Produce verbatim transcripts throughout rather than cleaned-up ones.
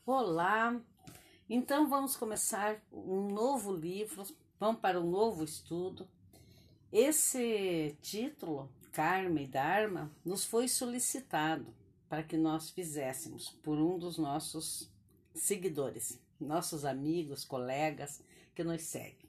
Olá! Então vamos começar um novo livro, vamos para um novo estudo. Esse título, Karma e Dharma, nos foi solicitado para que nós fizéssemos por um dos nossos seguidores, nossos amigos, colegas que nos seguem.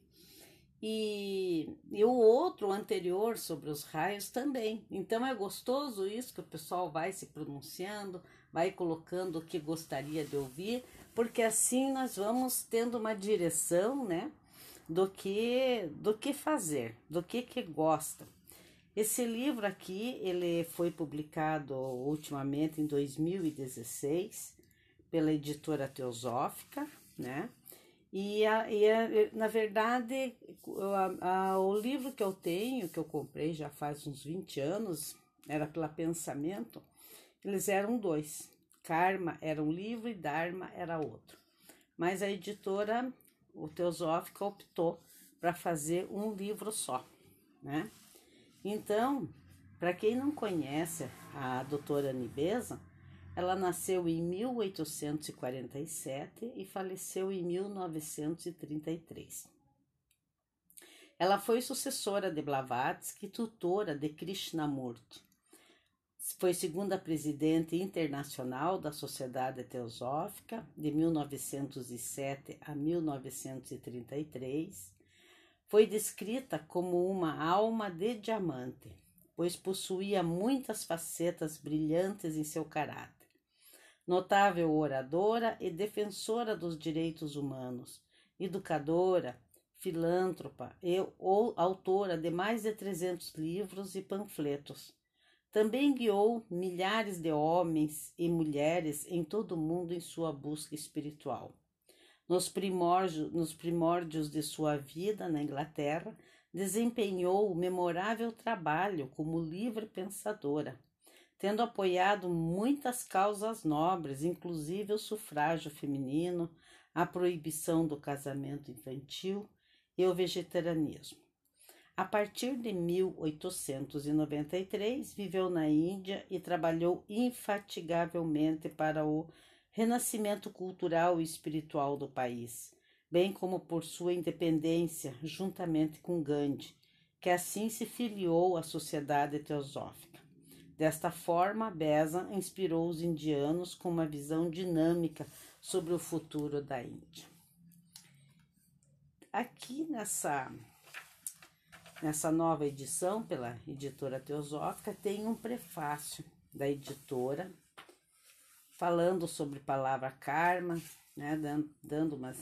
E, e o outro anterior sobre os raios também. Então é gostoso isso que o pessoal vai se pronunciando, vai colocando o que gostaria de ouvir, porque assim nós vamos tendo uma direção, né, do que do que fazer, do que que gosta. Esse livro aqui, ele foi publicado ultimamente em dois mil e dezesseis pela editora Teosófica, né? E, a, e a, na verdade, a, a, o livro que eu tenho, que eu comprei já faz uns vinte anos, era pela Pensamento, eles eram dois. Karma era um livro e Dharma era outro. Mas a editora, o Teosófica, optou para fazer um livro só, né? Então, para quem não conhece a doutora Nibesa, ela nasceu em mil oitocentos e quarenta e sete e faleceu em mil novecentos e trinta e três. Ela foi sucessora de Blavatsky e tutora de Krishnamurti. Foi segunda presidente internacional da Sociedade Teosófica de mil novecentos e sete a mil novecentos e trinta e três. Foi descrita como uma alma de diamante, pois possuía muitas facetas brilhantes em seu caráter. Notável oradora e defensora dos direitos humanos, educadora, filântropa e ou autora de mais de trezentos livros e panfletos. Também guiou milhares de homens e mulheres em todo o mundo em sua busca espiritual. Nos primórdios, nos primórdios de sua vida na Inglaterra, desempenhou o memorável trabalho como livre pensadora, tendo apoiado muitas causas nobres, inclusive o sufrágio feminino, a proibição do casamento infantil e o vegetarianismo. A partir de mil oitocentos e noventa e três, viveu na Índia e trabalhou infatigavelmente para o renascimento cultural e espiritual do país, bem como por sua independência, juntamente com Gandhi, que assim se filiou à Sociedade Teosófica. Desta forma, Besa inspirou os indianos com uma visão dinâmica sobre o futuro da Índia. Aqui nessa, nessa nova edição, pela editora Teosófica, tem um prefácio da editora, falando sobre a palavra karma, né, dando, dando umas,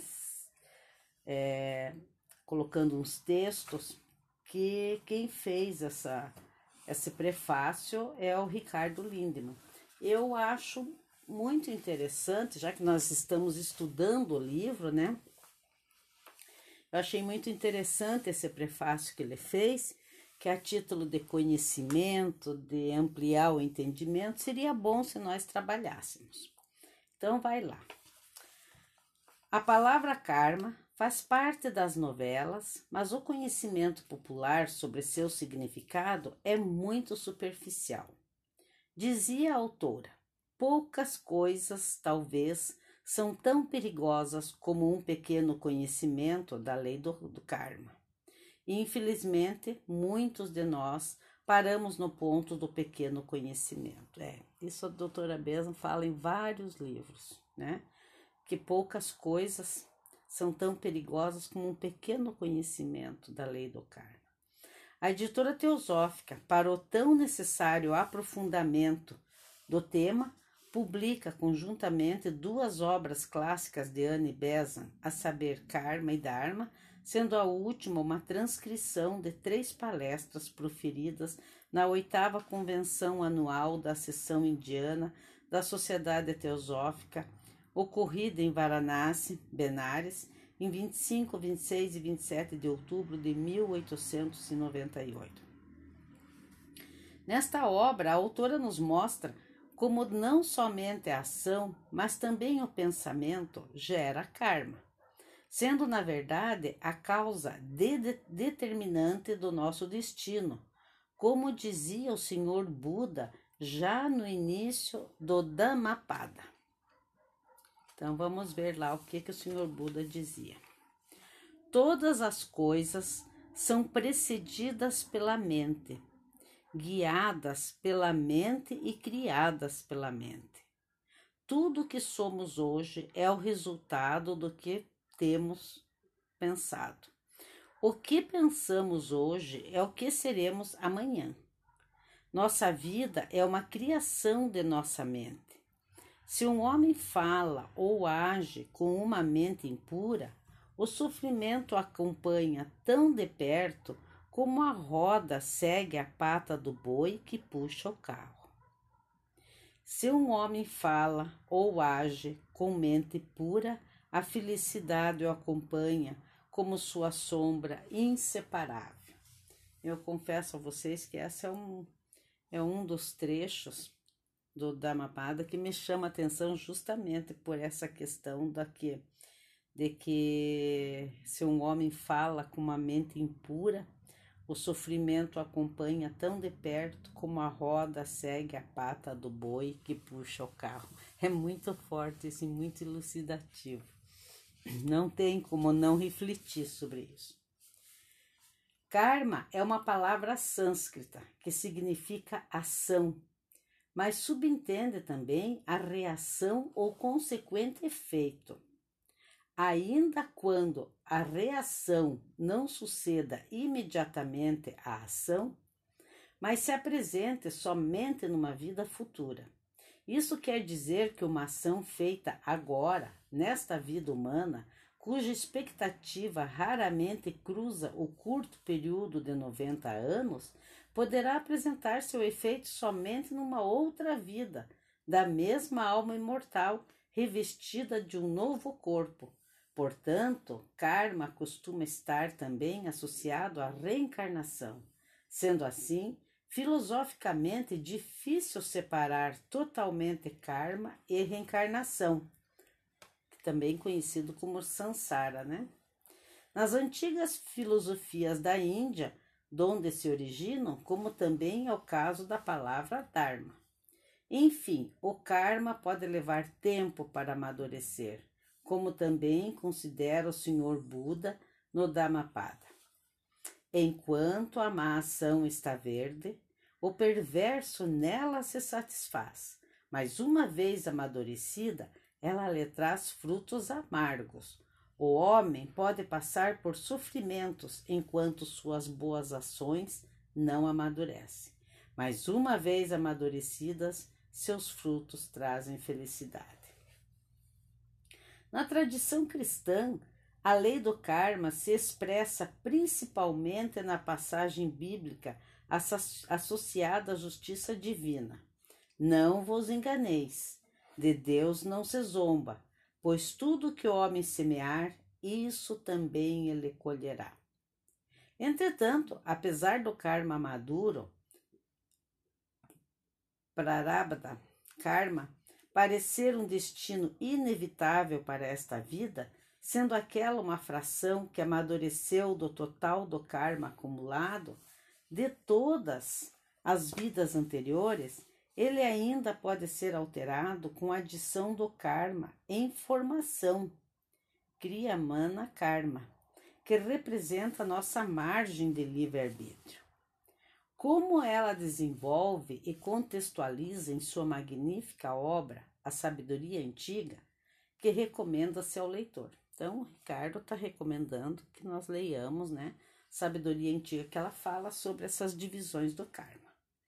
é, colocando uns textos, que quem fez essa Esse prefácio é o Ricardo Lindemann. Eu acho muito interessante, já que nós estamos estudando o livro, né? Eu achei muito interessante esse prefácio que ele fez, que a título de conhecimento, de ampliar o entendimento, seria bom se nós trabalhássemos. Então, vai lá. A palavra karma faz parte das novelas, mas o conhecimento popular sobre seu significado é muito superficial. Dizia a autora, poucas coisas, talvez, são tão perigosas como um pequeno conhecimento da lei do, do karma. E, infelizmente, muitos de nós paramos no ponto do pequeno conhecimento. É, isso a doutora Besa fala em vários livros, né? Que poucas coisas são tão perigosas como um pequeno conhecimento da lei do karma. A editora Teosófica, para o tão necessário aprofundamento do tema, publica conjuntamente duas obras clássicas de Annie Besant, a saber, Karma e Dharma, sendo a última uma transcrição de três palestras proferidas na oitava convenção anual da seção indiana da Sociedade Teosófica, ocorrida em Varanasi, Benares, em vinte e cinco, vinte e seis e vinte e sete de outubro de mil oitocentos e noventa e oito. Nesta obra, a autora nos mostra como não somente a ação, mas também o pensamento gera karma, sendo, na verdade, a causa de de determinante do nosso destino, como dizia o senhor Buda já no início do Dhammapada. Então vamos ver lá o que, que o senhor Buda dizia. Todas as coisas são precedidas pela mente, guiadas pela mente e criadas pela mente. Tudo que somos hoje é o resultado do que temos pensado. O que pensamos hoje é o que seremos amanhã. Nossa vida é uma criação de nossa mente. Se um homem fala ou age com uma mente impura, o sofrimento acompanha tão de perto como a roda segue a pata do boi que puxa o carro. Se um homem fala ou age com mente pura, a felicidade o acompanha como sua sombra inseparável. Eu confesso a vocês que esse é um, é um dos trechos do Dhammapada que me chama a atenção justamente por essa questão daqui, de que se um homem fala com uma mente impura, o sofrimento acompanha tão de perto como a roda segue a pata do boi que puxa o carro. É muito forte isso e muito elucidativo. Não tem como não refletir sobre isso. Karma é uma palavra sânscrita que significa ação, mas subentende também a reação ou consequente efeito. Ainda quando a reação não suceda imediatamente à ação, mas se apresente somente numa vida futura. Isso quer dizer que uma ação feita agora, nesta vida humana, cuja expectativa raramente cruza o curto período de noventa anos, poderá apresentar seu efeito somente numa outra vida, da mesma alma imortal, revestida de um novo corpo. Portanto, karma costuma estar também associado à reencarnação. Sendo assim, filosoficamente difícil separar totalmente karma e reencarnação, também conhecido como samsara, né? Nas antigas filosofias da Índia, donde se originam, como também é o caso da palavra dharma. Enfim, o karma pode levar tempo para amadurecer, como também considera o senhor Buda no Dhammapada. Enquanto a má ação está verde, o perverso nela se satisfaz, mas uma vez amadurecida, ela lhe traz frutos amargos. O homem pode passar por sofrimentos enquanto suas boas ações não amadurecem, mas uma vez amadurecidas, seus frutos trazem felicidade. Na tradição cristã, a lei do karma se expressa principalmente na passagem bíblica associada à justiça divina. Não vos enganeis, de Deus não se zomba, pois tudo que o homem semear, isso também ele colherá. Entretanto, apesar do karma maduro, prarabdha, karma, parecer um destino inevitável para esta vida, sendo aquela uma fração que amadureceu do total do karma acumulado, de todas as vidas anteriores, ele ainda pode ser alterado com a adição do karma em formação, kriyamana karma, que representa a nossa margem de livre-arbítrio. Como ela desenvolve e contextualiza em sua magnífica obra A Sabedoria Antiga, que recomenda-se ao leitor. Então, o Ricardo está recomendando que nós leiamos, né, Sabedoria Antiga, que ela fala sobre essas divisões do karma.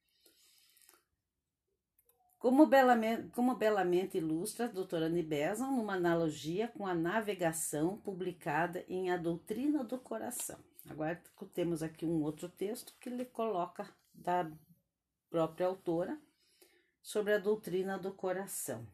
Como belamente, como belamente ilustra a doutora Annie Besant numa analogia com a navegação publicada em A Doutrina do Coração. Agora temos aqui um outro texto que ele coloca da própria autora sobre a doutrina do coração.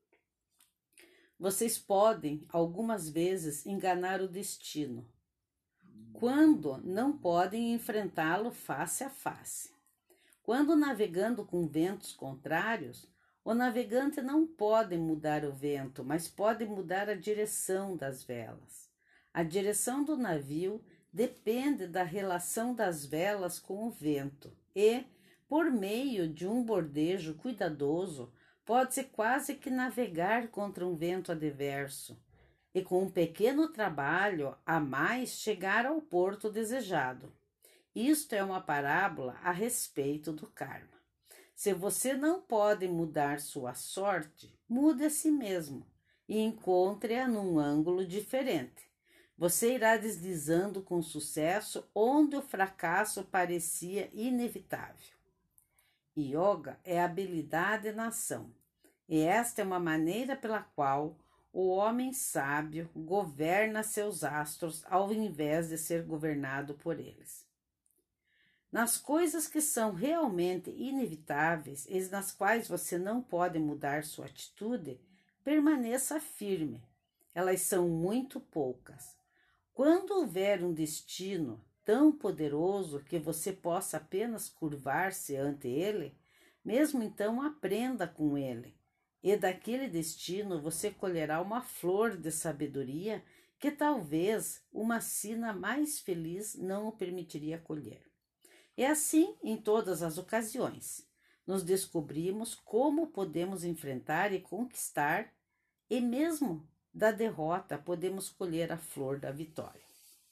Vocês podem, algumas vezes, enganar o destino, quando não podem enfrentá-lo face a face. Quando navegando com ventos contrários, o navegante não pode mudar o vento, mas pode mudar a direção das velas. A direção do navio depende da relação das velas com o vento e, por meio de um bordejo cuidadoso, pode-se quase que navegar contra um vento adverso e com um pequeno trabalho a mais chegar ao porto desejado. Isto é uma parábola a respeito do karma. Se você não pode mudar sua sorte, mude a si mesmo e encontre-a num ângulo diferente. Você irá deslizando com sucesso onde o fracasso parecia inevitável. Yoga é habilidade na ação, e esta é uma maneira pela qual o homem sábio governa seus astros ao invés de ser governado por eles. Nas coisas que são realmente inevitáveis e nas quais você não pode mudar sua atitude, permaneça firme. Elas são muito poucas. Quando houver um destino tão poderoso que você possa apenas curvar-se ante ele, mesmo então aprenda com ele, e daquele destino você colherá uma flor de sabedoria que talvez uma sina mais feliz não o permitiria colher. É assim em todas as ocasiões. Nos descobrimos como podemos enfrentar e conquistar, e mesmo da derrota podemos colher a flor da vitória.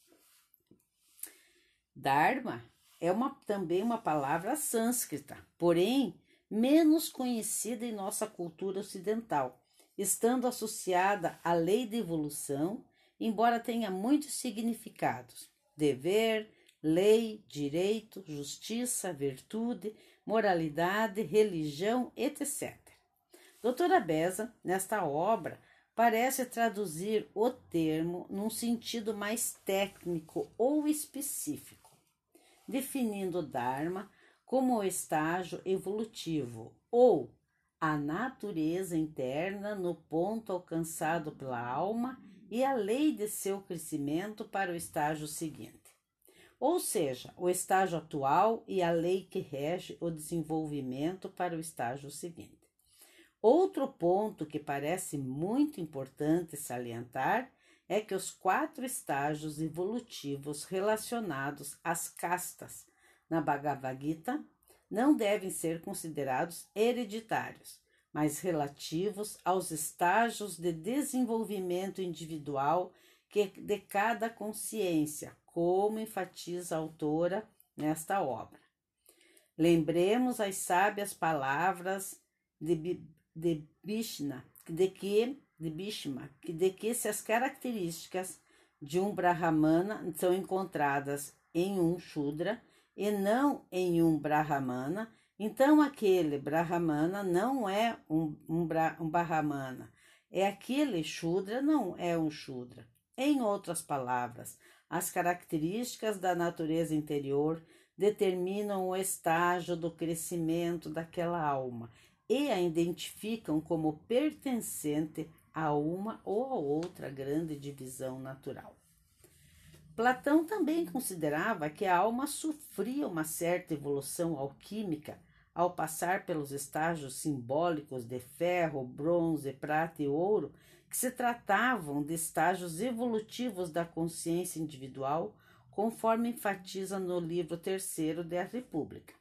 Dharma é uma, também uma palavra sânscrita, porém menos conhecida em nossa cultura ocidental, estando associada à lei de evolução, embora tenha muitos significados: dever, lei, direito, justiça, virtude, moralidade, religião, etcétera. Doutora Beza, nesta obra, parece traduzir o termo num sentido mais técnico ou específico, definindo o Dharma como o estágio evolutivo ou a natureza interna no ponto alcançado pela alma e a lei de seu crescimento para o estágio seguinte. Ou seja, o estágio atual e a lei que rege o desenvolvimento para o estágio seguinte. Outro ponto que parece muito importante salientar é que os quatro estágios evolutivos relacionados às castas na Bhagavad Gita não devem ser considerados hereditários, mas relativos aos estágios de desenvolvimento individual que de cada consciência, como enfatiza a autora nesta obra. Lembremos as sábias palavras de, de Bhishma, de que, de Bhishma, de que se as características de um Brahmana são encontradas em um Shudra e não em um Brahmana, então aquele Brahmana não é um, um, um Brahmana, é aquele Shudra não é um Shudra. Em outras palavras, as características da natureza interior determinam o estágio do crescimento daquela alma e a identificam como pertencente a uma ou a outra grande divisão natural. Platão também considerava que a alma sofria uma certa evolução alquímica ao passar pelos estágios simbólicos de ferro, bronze, prata e ouro, que se tratavam de estágios evolutivos da consciência individual, conforme enfatiza no livro terceiro de A República.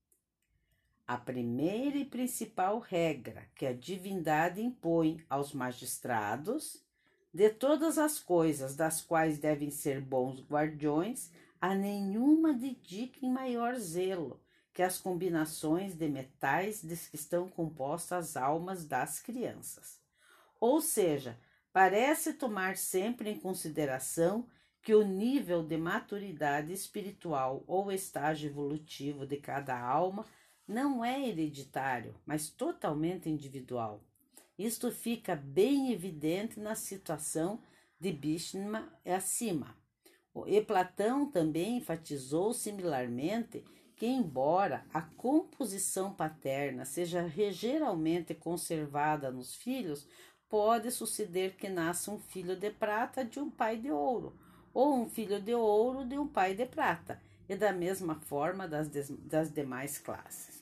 A primeira e principal regra que a divindade impõe aos magistrados, de todas as coisas das quais devem ser bons guardiões, a nenhuma dediquem maior zelo que as combinações de metais de que estão compostas as almas das crianças. Ou seja, parece tomar sempre em consideração que o nível de maturidade espiritual ou estágio evolutivo de cada alma não é hereditário, mas totalmente individual. Isto fica bem evidente na situação de Bhishma acima. E Platão também enfatizou similarmente que, embora a composição paterna seja geralmente conservada nos filhos, pode suceder que nasça um filho de prata de um pai de ouro, ou um filho de ouro de um pai de prata, e da mesma forma das, das demais classes.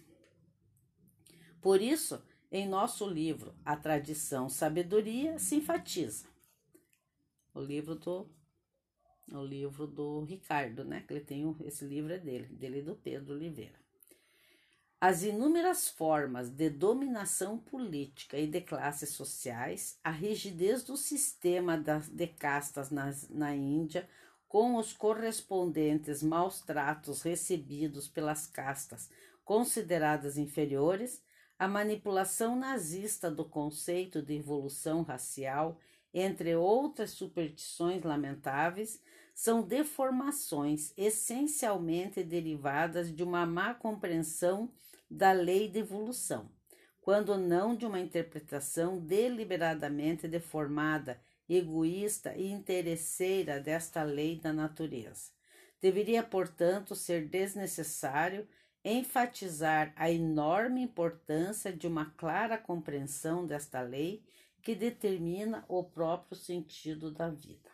Por isso, em nosso livro, A Tradição Sabedoria, se enfatiza. O livro do, o livro do Ricardo, né? Que ele tem um, esse livro é dele, dele e do Pedro Oliveira. As inúmeras formas de dominação política e de classes sociais, a rigidez do sistema de castas na, na Índia, com os correspondentes maus tratos recebidos pelas castas consideradas inferiores, a manipulação nazista do conceito de evolução racial, entre outras superstições lamentáveis, são deformações essencialmente derivadas de uma má compreensão da lei de evolução, quando não de uma interpretação deliberadamente deformada, egoísta e interesseira desta lei da natureza. Deveria, portanto, ser desnecessário enfatizar a enorme importância de uma clara compreensão desta lei que determina o próprio sentido da vida.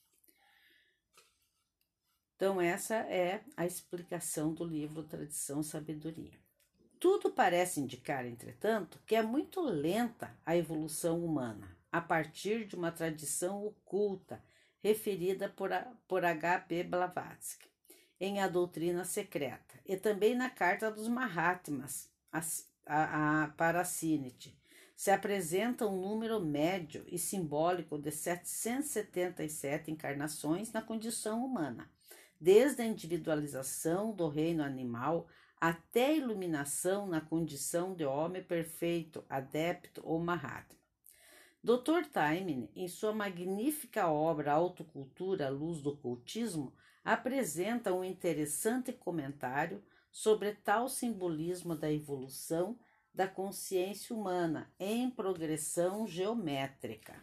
Então, essa é a explicação do livro Tradição e Sabedoria. Tudo parece indicar, entretanto, que é muito lenta a evolução humana, a partir de uma tradição oculta referida por, a, por H P Blavatsky em A Doutrina Secreta e também na Carta dos Mahatmas a, a, a, para Sinit. Se apresenta um número médio e simbólico de setecentas e setenta e sete encarnações na condição humana, desde a individualização do reino animal até a iluminação na condição de homem perfeito, adepto ou Mahatma. doutor Taimine, em sua magnífica obra Autocultura, a Luz do Ocultismo, apresenta um interessante comentário sobre tal simbolismo da evolução da consciência humana em progressão geométrica.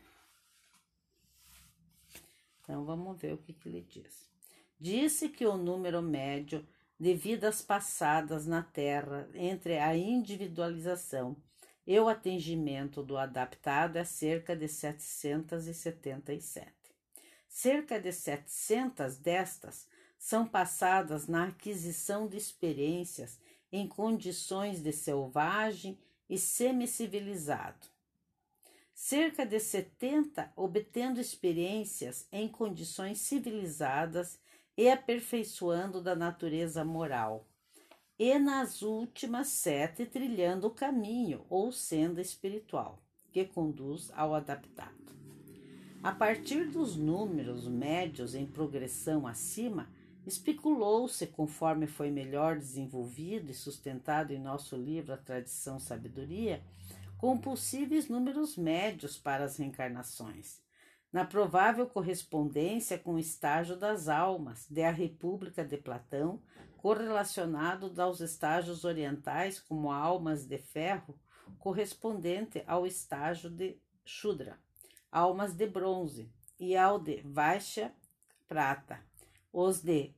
Então, vamos ver o que, que ele diz. Disse que o número médio de vidas passadas na Terra entre a individualização e o atingimento do adaptado é cerca de setecentas e setenta e sete. Cerca de setecentas destas são passadas na aquisição de experiências em condições de selvagem e semi-civilizado. Cerca de setenta obtendo experiências em condições civilizadas e aperfeiçoando da natureza moral, e nas últimas sete trilhando o caminho ou senda espiritual, que conduz ao adaptado. A partir dos números médios em progressão acima, especulou-se, conforme foi melhor desenvolvido e sustentado em nosso livro A Tradição Sabedoria, com possíveis números médios para as reencarnações, na provável correspondência com o estágio das almas de A República de Platão, correlacionado aos estágios orientais como almas de ferro, correspondente ao estágio de Shudra, almas de bronze, e ao de Vaishya, prata, os de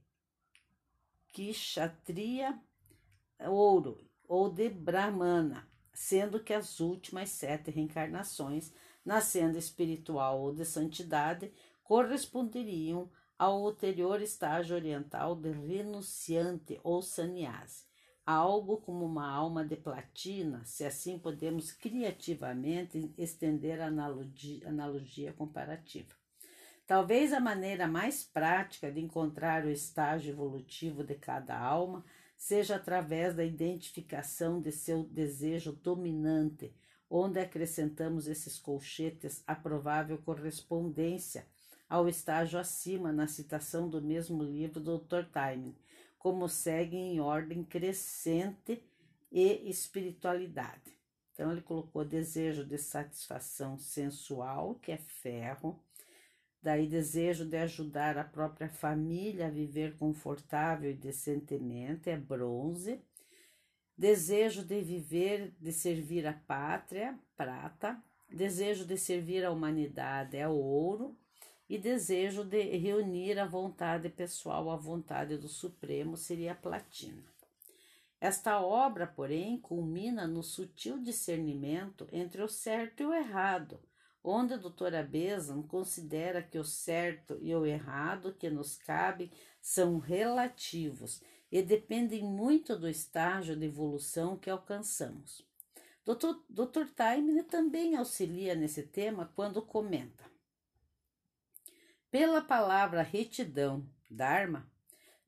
Kshatriya, ouro, ou de Brahmana, sendo que as últimas sete reencarnações na senda espiritual ou de santidade corresponderiam ao ulterior estágio oriental de renunciante ou sannyasi, algo como uma alma de platina, se assim podemos criativamente estender a analogia, analogia comparativa. Talvez a maneira mais prática de encontrar o estágio evolutivo de cada alma seja através da identificação de seu desejo dominante, onde acrescentamos esses colchetes à provável correspondência ao estágio acima na citação do mesmo livro do doutor Taimine, como seguem em ordem crescente e espiritualidade. Então, ele colocou desejo de satisfação sensual, que é ferro, daí desejo de ajudar a própria família a viver confortável e decentemente, é bronze, desejo de viver, de servir a pátria, prata, desejo de servir a humanidade, é ouro, e desejo de reunir a vontade pessoal à vontade do Supremo, seria a platina. Esta obra, porém, culmina no sutil discernimento entre o certo e o errado, onde a doutora Besant considera que o certo e o errado que nos cabem são relativos e dependem muito do estágio de evolução que alcançamos. doutor doutor Taimine também auxilia nesse tema quando comenta: pela palavra retidão, Dharma,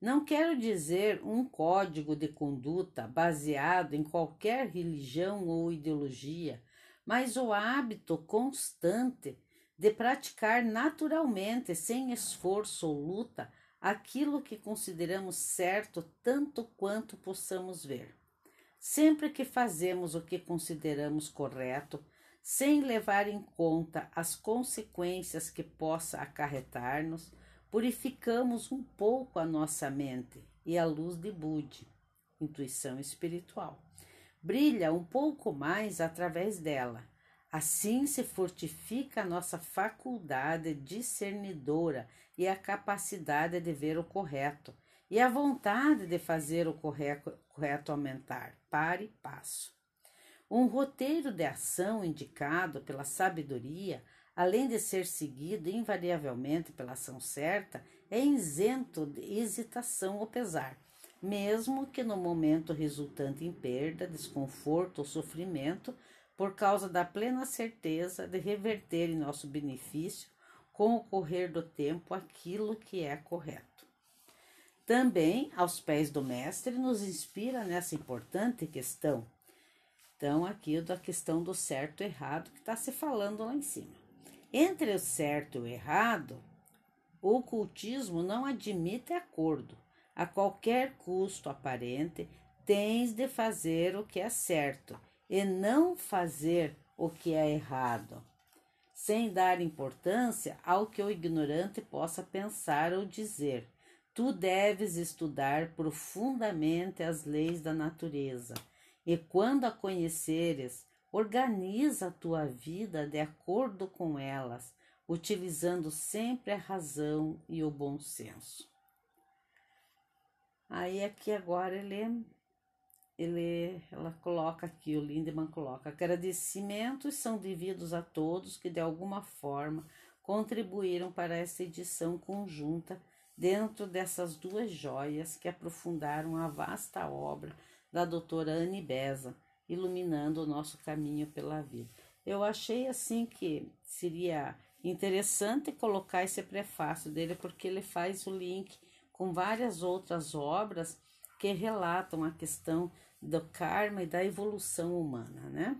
Não quero dizer um código de conduta baseado em qualquer religião ou ideologia, mas o hábito constante de praticar naturalmente, sem esforço ou luta, aquilo que consideramos certo tanto quanto possamos ver. Sempre que fazemos o que consideramos correto, sem levar em conta as consequências que possa acarretar-nos, purificamos um pouco a nossa mente e a luz de Budi, intuição espiritual, brilha um pouco mais através dela. Assim se fortifica a nossa faculdade discernidora e a capacidade de ver o correto, e a vontade de fazer o correto, correto aumentar, para e passo. Um roteiro de ação indicado pela sabedoria, além de ser seguido invariavelmente pela ação certa, é isento de hesitação ou pesar, mesmo que no momento resultante em perda, desconforto ou sofrimento, por causa da plena certeza de reverter em nosso benefício, com o correr do tempo, aquilo que é correto. Também, aos pés do Mestre, nos inspira nessa importante questão. Então, aqui da questão do certo e errado que está se falando lá em cima. Entre o certo e o errado, o ocultismo não admite acordo. A qualquer custo aparente, tens de fazer o que é certo e não fazer o que é errado, sem dar importância ao que o ignorante possa pensar ou dizer. Tu deves estudar profundamente as leis da natureza, e quando a conheceres, organiza a tua vida de acordo com elas, utilizando sempre a razão e o bom senso. Aí aqui agora ele, ele, ela coloca aqui, o Lindemann coloca, agradecimentos são devidos a todos que de alguma forma contribuíram para essa edição conjunta dentro dessas duas joias que aprofundaram a vasta obra da doutora Annie Beza, iluminando o nosso caminho pela vida. Eu achei assim que seria interessante colocar esse prefácio dele, porque ele faz o link com várias outras obras que relatam a questão do karma e da evolução humana, né?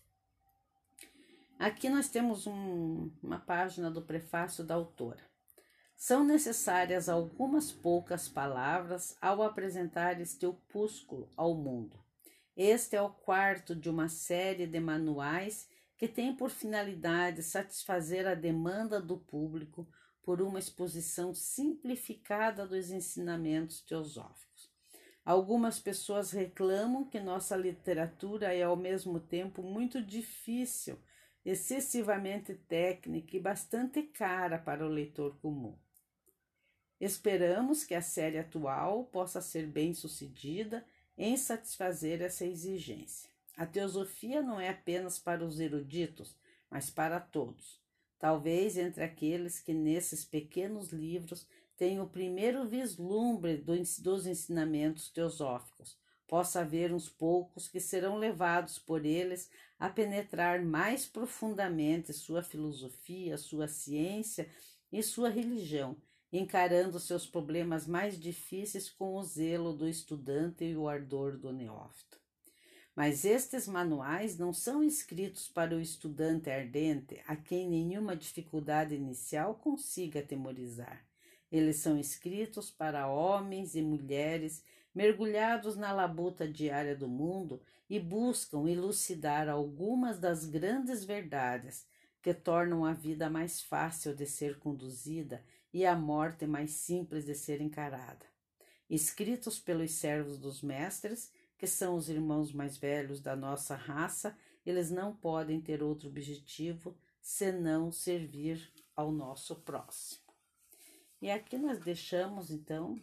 Aqui nós temos um, uma página do prefácio da autora. São necessárias algumas poucas palavras ao apresentar este opúsculo ao mundo. Este é o quarto de uma série de manuais que tem por finalidade satisfazer a demanda do público por uma exposição simplificada dos ensinamentos teosóficos. Algumas pessoas reclamam que nossa literatura é ao mesmo tempo muito difícil, excessivamente técnica e bastante cara para o leitor comum. Esperamos que a série atual possa ser bem-sucedida em satisfazer essa exigência. A teosofia não é apenas para os eruditos, mas para todos. Talvez entre aqueles que nesses pequenos livros têm o primeiro vislumbre dos ensinamentos teosóficos, possa haver uns poucos que serão levados por eles a penetrar mais profundamente sua filosofia, sua ciência e sua religião, encarando seus problemas mais difíceis com o zelo do estudante e o ardor do neófito. Mas estes manuais não são escritos para o estudante ardente, a quem nenhuma dificuldade inicial consiga atemorizar. Eles são escritos para homens e mulheres mergulhados na labuta diária do mundo e buscam elucidar algumas das grandes verdades que tornam a vida mais fácil de ser conduzida e a morte mais simples de ser encarada. Escritos pelos servos dos mestres, que são os irmãos mais velhos da nossa raça, eles não podem ter outro objetivo senão servir ao nosso próximo. E aqui nós deixamos, então,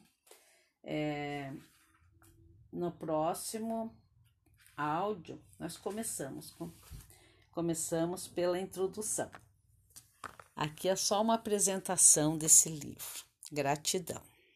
é, no próximo áudio, nós começamos, com, começamos pela introdução. Aqui é só uma apresentação desse livro. Gratidão.